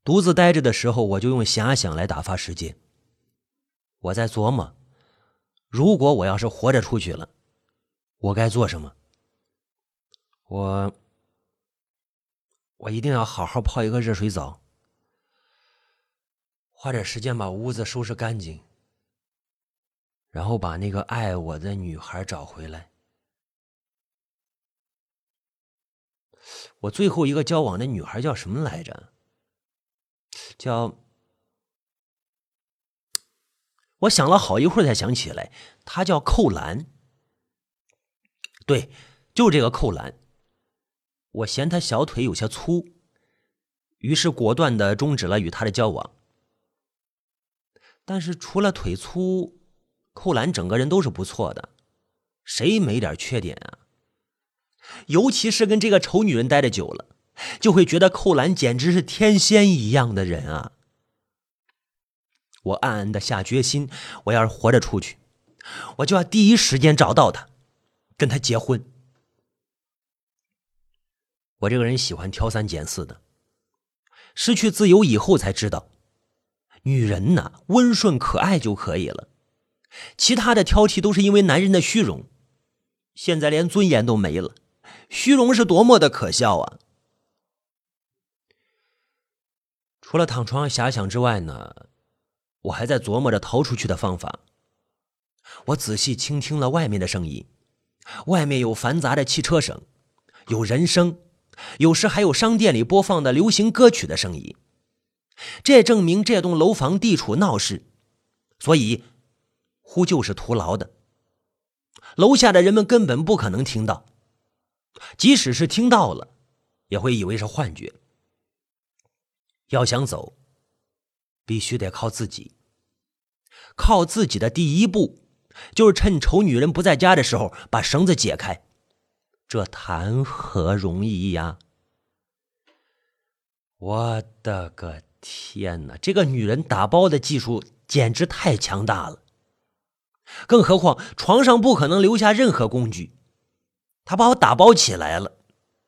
独自待着的时候，我就用遐想来打发时间。我在琢磨，如果我要是活着出去了，我该做什么？我一定要好好泡一个热水澡，花点时间把屋子收拾干净，然后把那个爱我的女孩找回来。我最后一个交往的女孩叫什么来着？我想了好一会儿才想起来，她叫寇兰。对，就这个寇兰。我嫌她小腿有些粗，于是果断地终止了与她的交往。但是除了腿粗，寇兰整个人都是不错的，谁没点缺点啊？尤其是跟这个丑女人待得久了，就会觉得寇兰简直是天仙一样的人啊！我暗暗地下决心，我要是活着出去，我就要第一时间找到她，跟她结婚。我这个人喜欢挑三拣四的，失去自由以后才知道，女人呐，温顺可爱就可以了，其他的挑剔都是因为男人的虚荣。现在连尊严都没了，虚荣是多么的可笑啊！除了躺床上遐想之外呢，我还在琢磨着逃出去的方法。我仔细倾听了外面的声音，外面有繁杂的汽车声，有人声，有时还有商店里播放的流行歌曲的声音。这证明这栋楼房地处闹市，所以呼救是徒劳的。楼下的人们根本不可能听到，即使是听到了，也会以为是幻觉。要想走，必须得靠自己。靠自己的第一步，就是趁丑女人不在家的时候把绳子解开。这谈何容易呀！我的个天哪，这个女人打包的技术简直太强大了。更何况床上不可能留下任何工具，她把我打包起来了。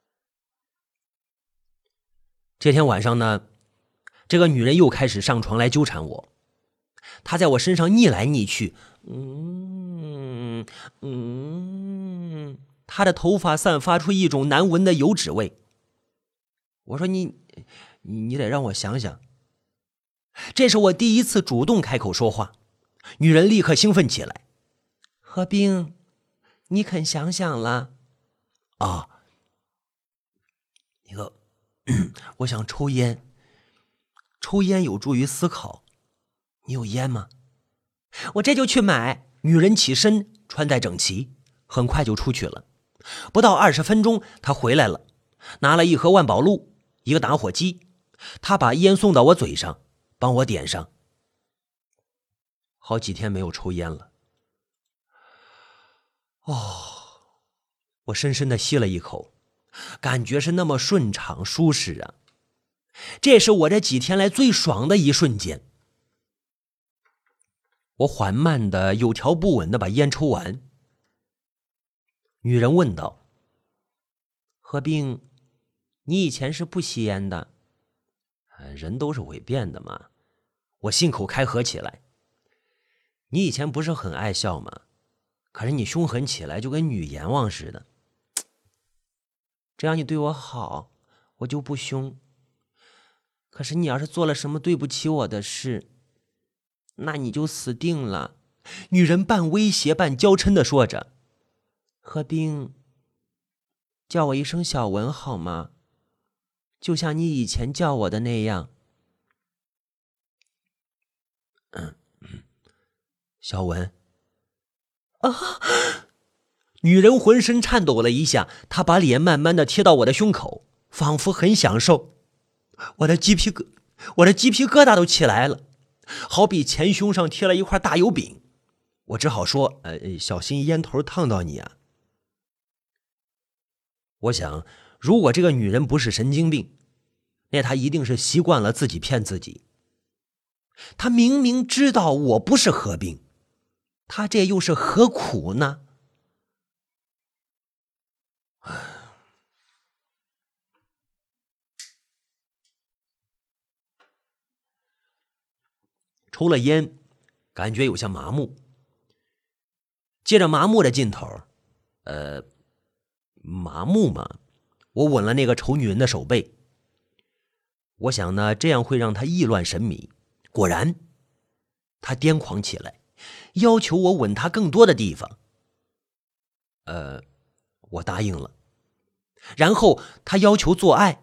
这天晚上呢，这个女人又开始上床来纠缠我，她在我身上腻来腻去，她的头发散发出一种难闻的油脂味。我说你得让我想想。这是我第一次主动开口说话，女人立刻兴奋起来。何冰，你肯想想了？啊，我想抽烟，抽烟有助于思考。你有烟吗？我这就去买。女人起身，穿戴整齐，很快就出去了。不到20分钟，她回来了，拿了一盒万宝路，一个打火机。她把烟送到我嘴上，帮我点上。好几天没有抽烟了。我深深地吸了一口，感觉是那么顺畅舒适啊！这是我这几天来最爽的一瞬间。我缓慢的、有条不紊的把烟抽完。女人问道：何冰，你以前是不吸烟的？人都是会变的嘛。我信口开河起来。你以前不是很爱笑吗？可是你凶狠起来就跟女阎王似的。只要你对我好，我就不凶。可是你要是做了什么对不起我的事，那你就死定了。女人半威胁半娇嗔地说着。何冰，叫我一声小文好吗？就像你以前叫我的那样。小文。女人浑身颤抖了一下，她把脸慢慢的贴到我的胸口，仿佛很享受。我的鸡皮疙瘩都起来了，好比前胸上贴了一块大油饼。我只好说，小心烟头烫到你啊。我想，如果这个女人不是神经病，那她一定是习惯了自己骗自己。她明明知道我不是何冰，她这又是何苦呢？ 抽了烟，感觉有些麻木。借着麻木的劲头，麻木嘛，我吻了那个丑女人的手背。我想呢，这样会让她意乱神迷。果然，她癫狂起来，要求我吻她更多的地方。我答应了。然后她要求做爱。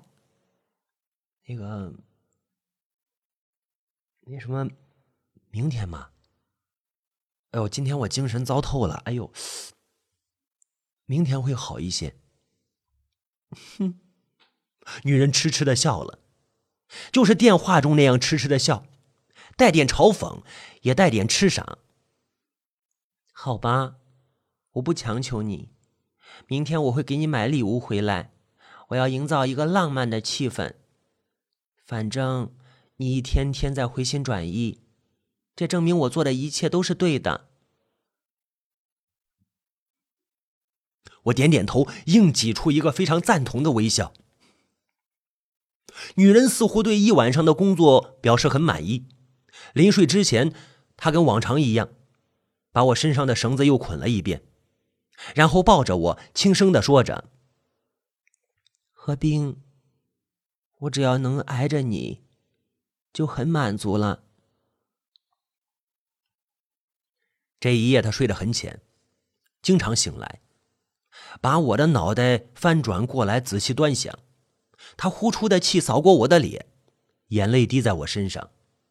那什么，明天嘛。哎呦，今天我精神糟透了。哎呦，明天会好一些。哼，女人痴痴的笑了，就是电话中那样痴痴的笑，带点嘲讽，也带点痴傻。好吧，我不强求你。明天我会给你买礼物回来，我要营造一个浪漫的气氛。反正你一天天在回心转意，这证明我做的一切都是对的。我点点头，硬挤出一个非常赞同的微笑。女人似乎对一晚上的工作表示很满意。临睡之前，她跟往常一样，把我身上的绳子又捆了一遍，然后抱着我轻声地说着：何冰，我只要能挨着你就很满足了。这一夜她睡得很浅，经常醒来，把我的脑袋翻转过来仔细端详。她呼出的气扫过我的脸，眼泪滴在我身上。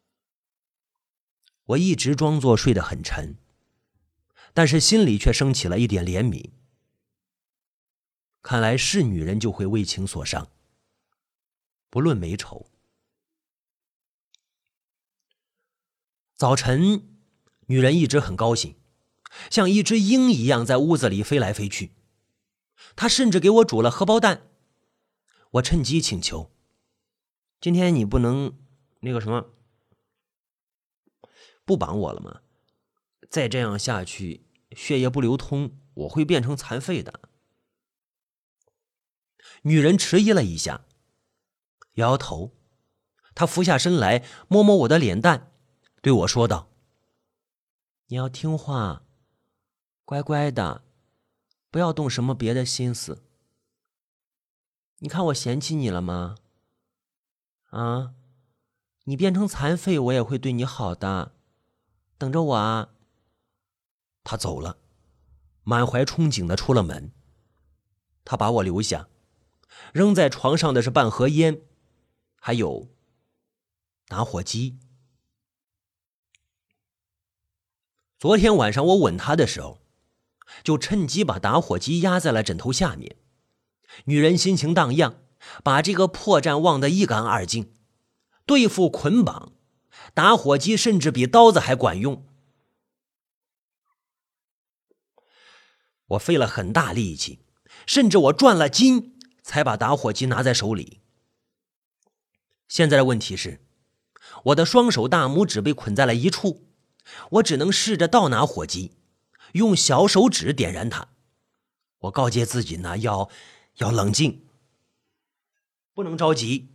我一直装作睡得很沉，但是心里却升起了一点怜悯。看来是女人就会为情所伤，不论美丑。早晨，女人一直很高兴，像一只鹰一样在屋子里飞来飞去。她甚至给我煮了荷包蛋。我趁机请求：今天你不能不绑我了吗？再这样下去，血液不流通，我会变成残废的。女人迟疑了一下，摇摇头。她俯下身来，摸摸我的脸蛋，对我说道：你要听话，乖乖的，不要动什么别的心思。你看我嫌弃你了吗？啊，你变成残废，我也会对你好的，等着我啊。他走了，满怀憧憬的出了门。他把我留下，扔在床上的是半盒烟，还有打火机。昨天晚上我吻他的时候，就趁机把打火机压在了枕头下面。女人心情荡漾，把这个破绽忘得一干二净。对付捆绑，打火机甚至比刀子还管用。我费了很大力气，甚至我转了筋，才把打火机拿在手里。现在的问题是，我的双手大拇指被捆在了一处，我只能试着倒拿火机，用小手指点燃它。我告诫自己呢，要冷静，不能着急，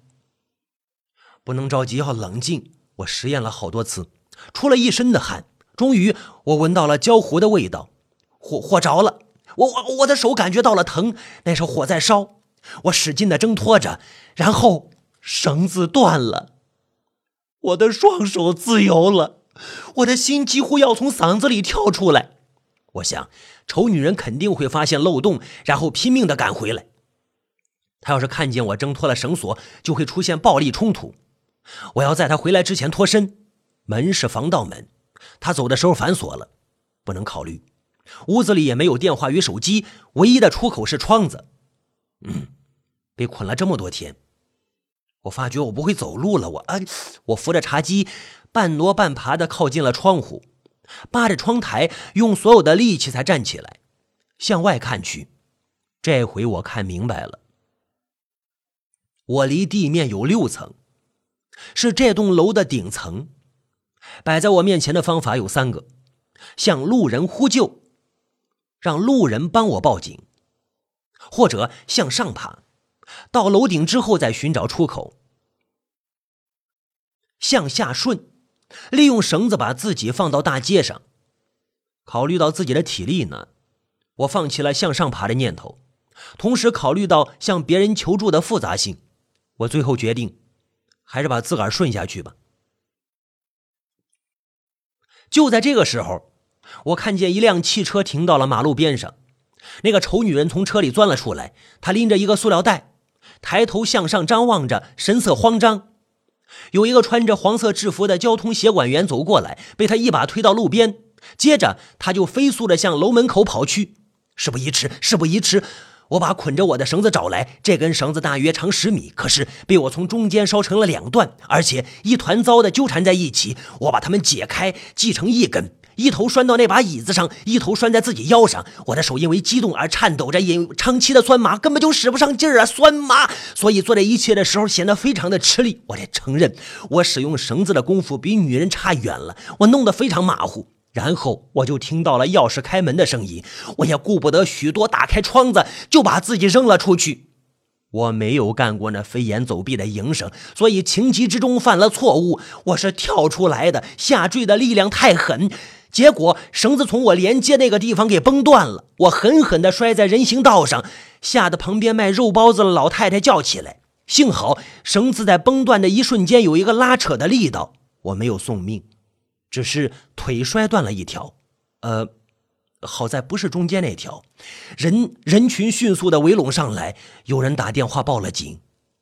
要冷静。我实验了好多次，出了一身的汗。终于我闻到了焦糊的味道，火着了。我的手感觉到了疼，那是火在烧。我使劲地挣脱着，然后绳子断了，我的双手自由了。我的心几乎要从嗓子里跳出来。我想丑女人肯定会发现漏洞，然后拼命地赶回来。她要是看见我挣脱了绳索，就会出现暴力冲突。我要在她回来之前脱身。门是防盗门，她走的时候反锁了，不能考虑。屋子里也没有电话与手机，唯一的出口是窗子。被捆了这么多天，我发觉我不会走路了。我扶着茶几，半挪半爬地靠近了窗户，扒着窗台，用所有的力气才站起来，向外看去。这回我看明白了，我离地面有6层，是这栋楼的顶层。摆在我面前的方法有3个：向路人呼救，让路人帮我报警，或者向上爬，到楼顶之后再寻找出口。向下顺， 利用绳子把自己放到大街上。考虑到自己的体力呢，我放弃了向上爬的念头，同时考虑到向别人求助的复杂性，我最后决定还是把自个儿顺下去吧。就在这个时候，我看见一辆汽车停到了马路边上，那个丑女人从车里钻了出来，她拎着一个塑料袋，抬头向上张望着，神色慌张。有一个穿着黄色制服的交通协管员走过来，被她一把推到路边，接着她就飞速地向楼门口跑去。事不宜迟，我把捆着我的绳子找来，这根绳子大约长10米，可是被我从中间烧成了2段，而且一团糟的纠缠在一起。我把它们解开，系成一根，一头拴到那把椅子上，一头拴在自己腰上。我的手因为激动而颤抖着，因长期的酸麻根本就使不上劲儿啊，酸麻，所以做这一切的时候显得非常的吃力。我得承认，我使用绳子的功夫比女人差远了，我弄得非常马虎。然后我就听到了钥匙开门的声音，我也顾不得许多，打开窗子就把自己扔了出去。我没有干过那飞檐走壁的营生，所以情急之中犯了错误。我是跳出来的，下坠的力量太狠，结果绳子从我连接那个地方给崩断了，我狠狠地摔在人行道上，吓得旁边卖肉包子的老太太叫起来。幸好绳子在崩断的一瞬间有一个拉扯的力道，我没有送命，只是腿摔断了一条，好在不是中间那条。人群迅速的围拢上来，有人打电话报了警。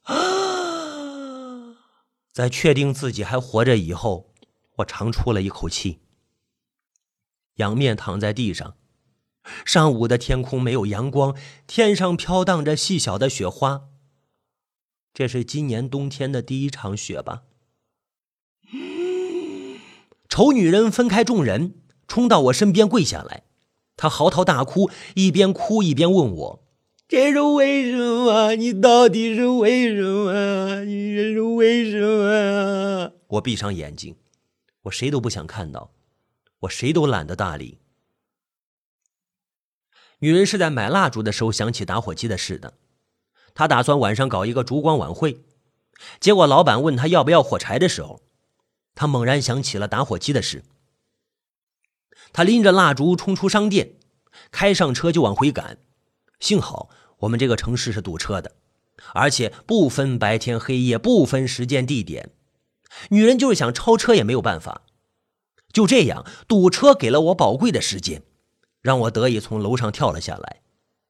在确定自己还活着以后，我长出了一口气，仰面躺在地上。上午的天空没有阳光，天上飘荡着细小的雪花。这是今年冬天的第一场雪吧。丑女人分开众人，冲到我身边跪下来，她嚎啕大哭，一边哭一边问我：“这是为什么？你到底是为什么？你这是为什么？”我闭上眼睛，我谁都不想看到，我谁都懒得搭理。女人是在买蜡烛的时候想起打火机的事的，她打算晚上搞一个烛光晚会，结果老板问她要不要火柴的时候，他猛然想起了打火机的事。他拎着蜡烛冲出商店，开上车就往回赶。幸好我们这个城市是堵车的，而且不分白天黑夜，不分时间地点。女人就是想超车也没有办法。就这样，堵车给了我宝贵的时间，让我得以从楼上跳了下来。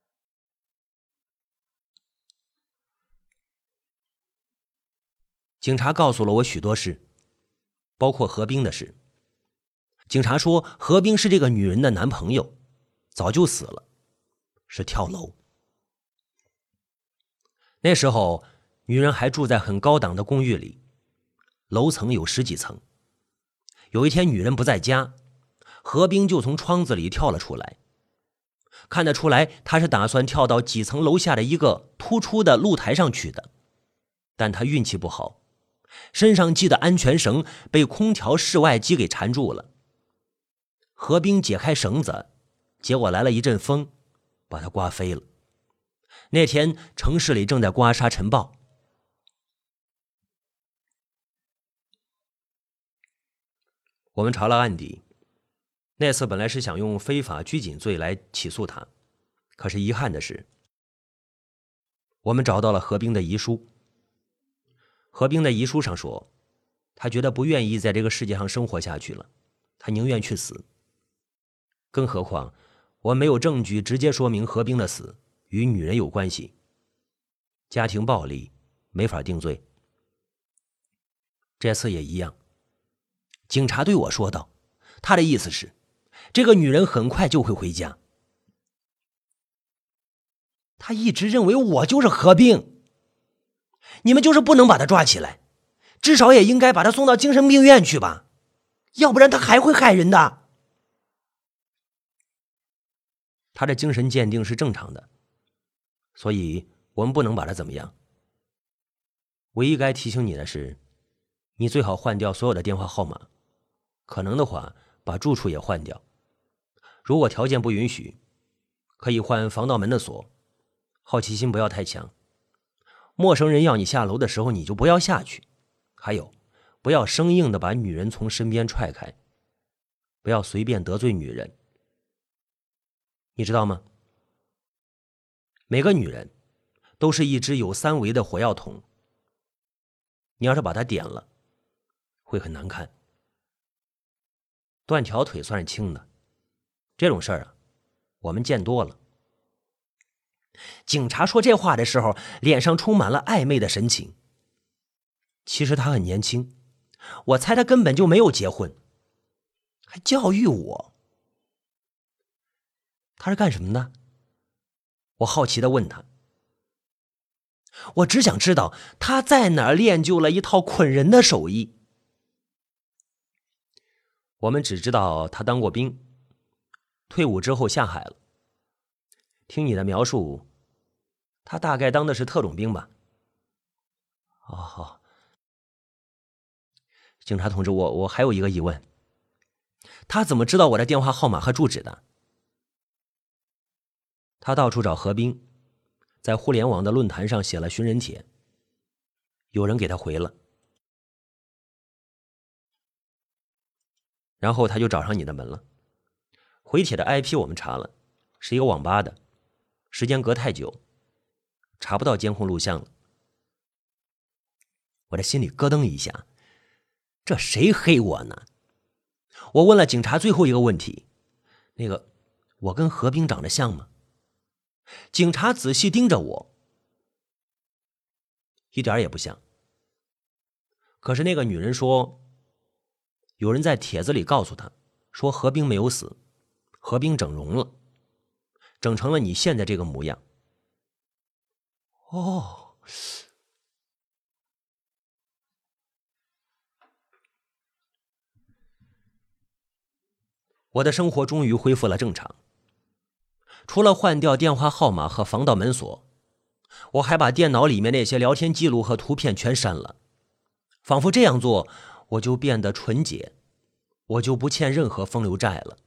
警察告诉了我许多事，包括何冰的事。警察说何冰是这个女人的男朋友，早就死了，是跳楼。那时候女人还住在很高档的公寓里，楼层有10几层。有一天女人不在家，何冰就从窗子里跳了出来。看得出来他是打算跳到几层楼下的一个突出的露台上去的，但他运气不好，身上系的安全绳被空调室外机给缠住了。何冰解开绳子，结果来了一阵风，把他刮飞了。那天城市里正在刮沙尘暴。我们查了案底，那次本来是想用非法拘谨罪来起诉他，可是遗憾的是，我们找到了何冰的遗书。何冰的遗书上说，他觉得不愿意在这个世界上生活下去了，他宁愿去死。更何况我没有证据直接说明何冰的死与女人有关系，家庭暴力没法定罪。这次也一样，警察对我说道，他的意思是这个女人很快就会回家。他一直认为我就是何冰，你们就是不能把他抓起来，至少也应该把他送到精神病院去吧，要不然他还会害人的。他的精神鉴定是正常的，所以我们不能把他怎么样。唯一该提醒你的是，你最好换掉所有的电话号码，可能的话把住处也换掉。如果条件不允许，可以换防盗门的锁。好奇心不要太强，陌生人要你下楼的时候你就不要下去。还有， 不要生硬的把女人从身边踹开，不要随便得罪女人。你知道吗？每个女人都是一只有3维的火药桶，你要是把它点了，会很难看。断条腿算是轻的，这种事儿啊，我们见多了。警察说这话的时候，脸上充满了暧昧的神情。其实他很年轻，我猜他根本就没有结婚，还教育我。他是干什么的？我好奇地问他。我只想知道他在哪儿练就了一套捆人的手艺。我们只知道他当过兵，退伍之后下海了。听你的描述，他大概当的是特种兵吧？哦，好。警察同志，我还有一个疑问，他怎么知道我的电话号码和住址的？他到处找何冰，在互联网的论坛上写了寻人帖，有人给他回了，然后他就找上你的门了。回帖的 IP 我们查了，是一个网吧的，时间隔太久，查不到监控录像了。我的心里咯噔一下，这谁黑我呢？我问了警察最后一个问题，我跟何冰长得像吗？警察仔细盯着我，一点也不像。可是那个女人说，有人在帖子里告诉她，说何冰没有死，何冰整容了，整成了你现在这个模样。哦，我的生活终于恢复了正常。除了换掉电话号码和防盗门锁，我还把电脑里面那些聊天记录和图片全删了，仿佛这样做我就变得纯洁，我就不欠任何风流债了。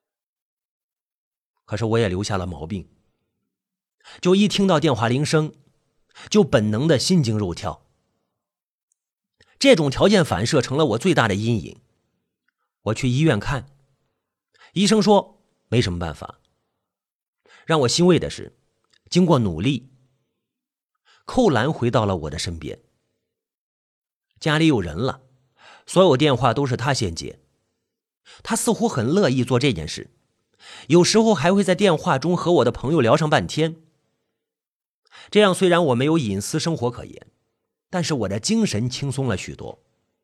可是我也留下了毛病，就一听到电话铃声，就本能的心惊肉跳。这种条件反射成了我最大的阴影。我去医院看，医生说没什么办法。让我欣慰的是，经过努力，寇兰回到了我的身边。家里有人了，所有电话都是他先接。他似乎很乐意做这件事，有时候还会在电话中和我的朋友聊上半天。这样虽然我没有隐私生活可言，但是我的精神轻松了许多。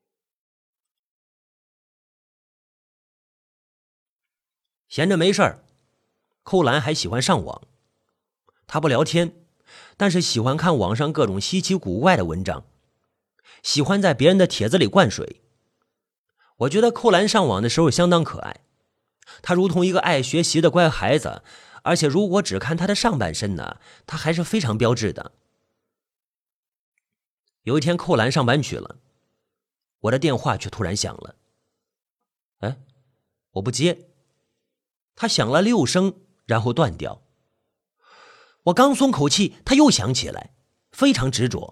闲着没事儿，寇兰还喜欢上网。他不聊天，但是喜欢看网上各种稀奇古怪的文章，喜欢在别人的帖子里灌水。我觉得寇兰上网的时候相当可爱，他如同一个爱学习的乖孩子，而且如果只看他的上半身呢，他还是非常标致的。有一天寇兰上班去了，我的电话却突然响了。我不接，他响了6声，然后断掉。我刚松口气，他又响起来，非常执着。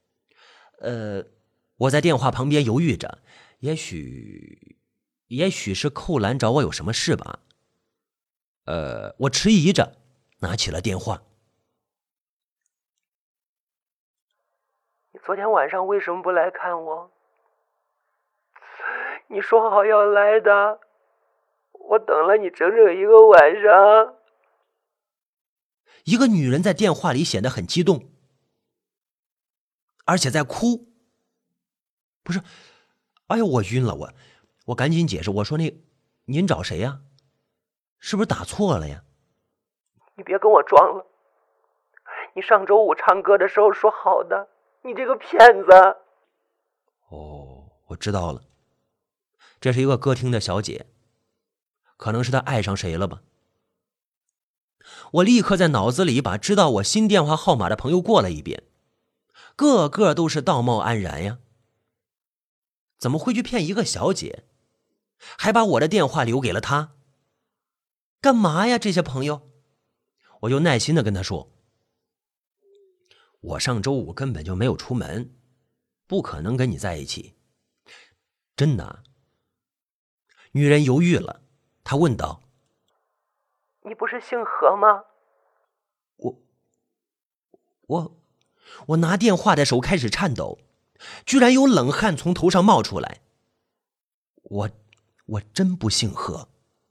我在电话旁边犹豫着，也许是寇兰找我有什么事吧。我迟疑着拿起了电话。 你昨天晚上为什么不来看我？你说好要来的，我等了你整整1个晚上。 一个女人在电话里显得很激动，而且在哭。不是，哎呀，我晕了，我赶紧解释，我说您找谁呀？是不是打错了呀？ 你别跟我装了，你上周5唱歌的时候说好的，你这个骗子。 哦，我知道了，这是一个歌厅的小姐，可能是她爱上谁了吧。我立刻在脑子里把知道我新电话号码的朋友过了一遍，个个都是道貌岸然呀。怎么会去骗一个小姐，还把我的电话留给了她？干嘛呀这些朋友？我就耐心地跟她说，我上周5根本就没有出门，不可能跟你在一起， 真的？女人犹豫了，她问道： 你不是姓何吗？ 我拿电话的手开始颤抖，居然有冷汗从头上冒出来。我真不姓何。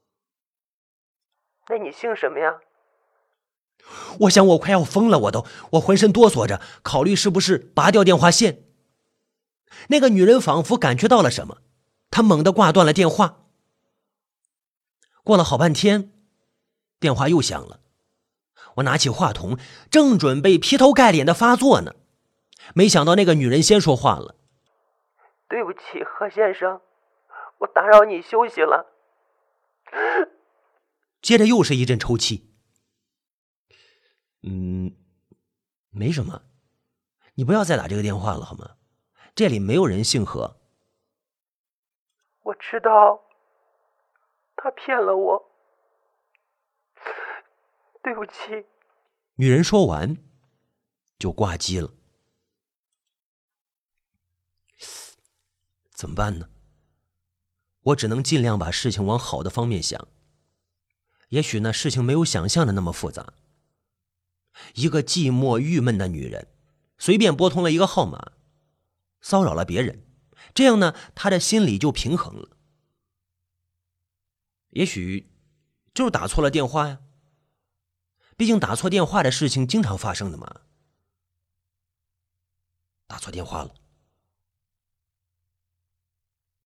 那你姓什么呀？ 我想我快要疯了，我浑身哆嗦着，考虑是不是拔掉电话线。那个女人仿佛感觉到了什么，她猛地挂断了电话。过了好半天，电话又响了。我拿起话筒，正准备劈头盖脸的发作呢，没想到那个女人先说话了： 对不起，何先生，我打扰你休息了。 接着又是一阵抽泣。没什么，你不要再打这个电话了好吗？这里没有人姓何。 我知道，他骗了我，对不起。 女人说完就挂机了。怎么办呢？我只能尽量把事情往好的方面想。也许那事情没有想象的那么复杂。一个寂寞郁闷的女人，随便拨通了一个号码，骚扰了别人，这样呢，她的心里就平衡了。也许就是打错了电话呀，毕竟打错电话的事情经常发生的嘛。打错电话了。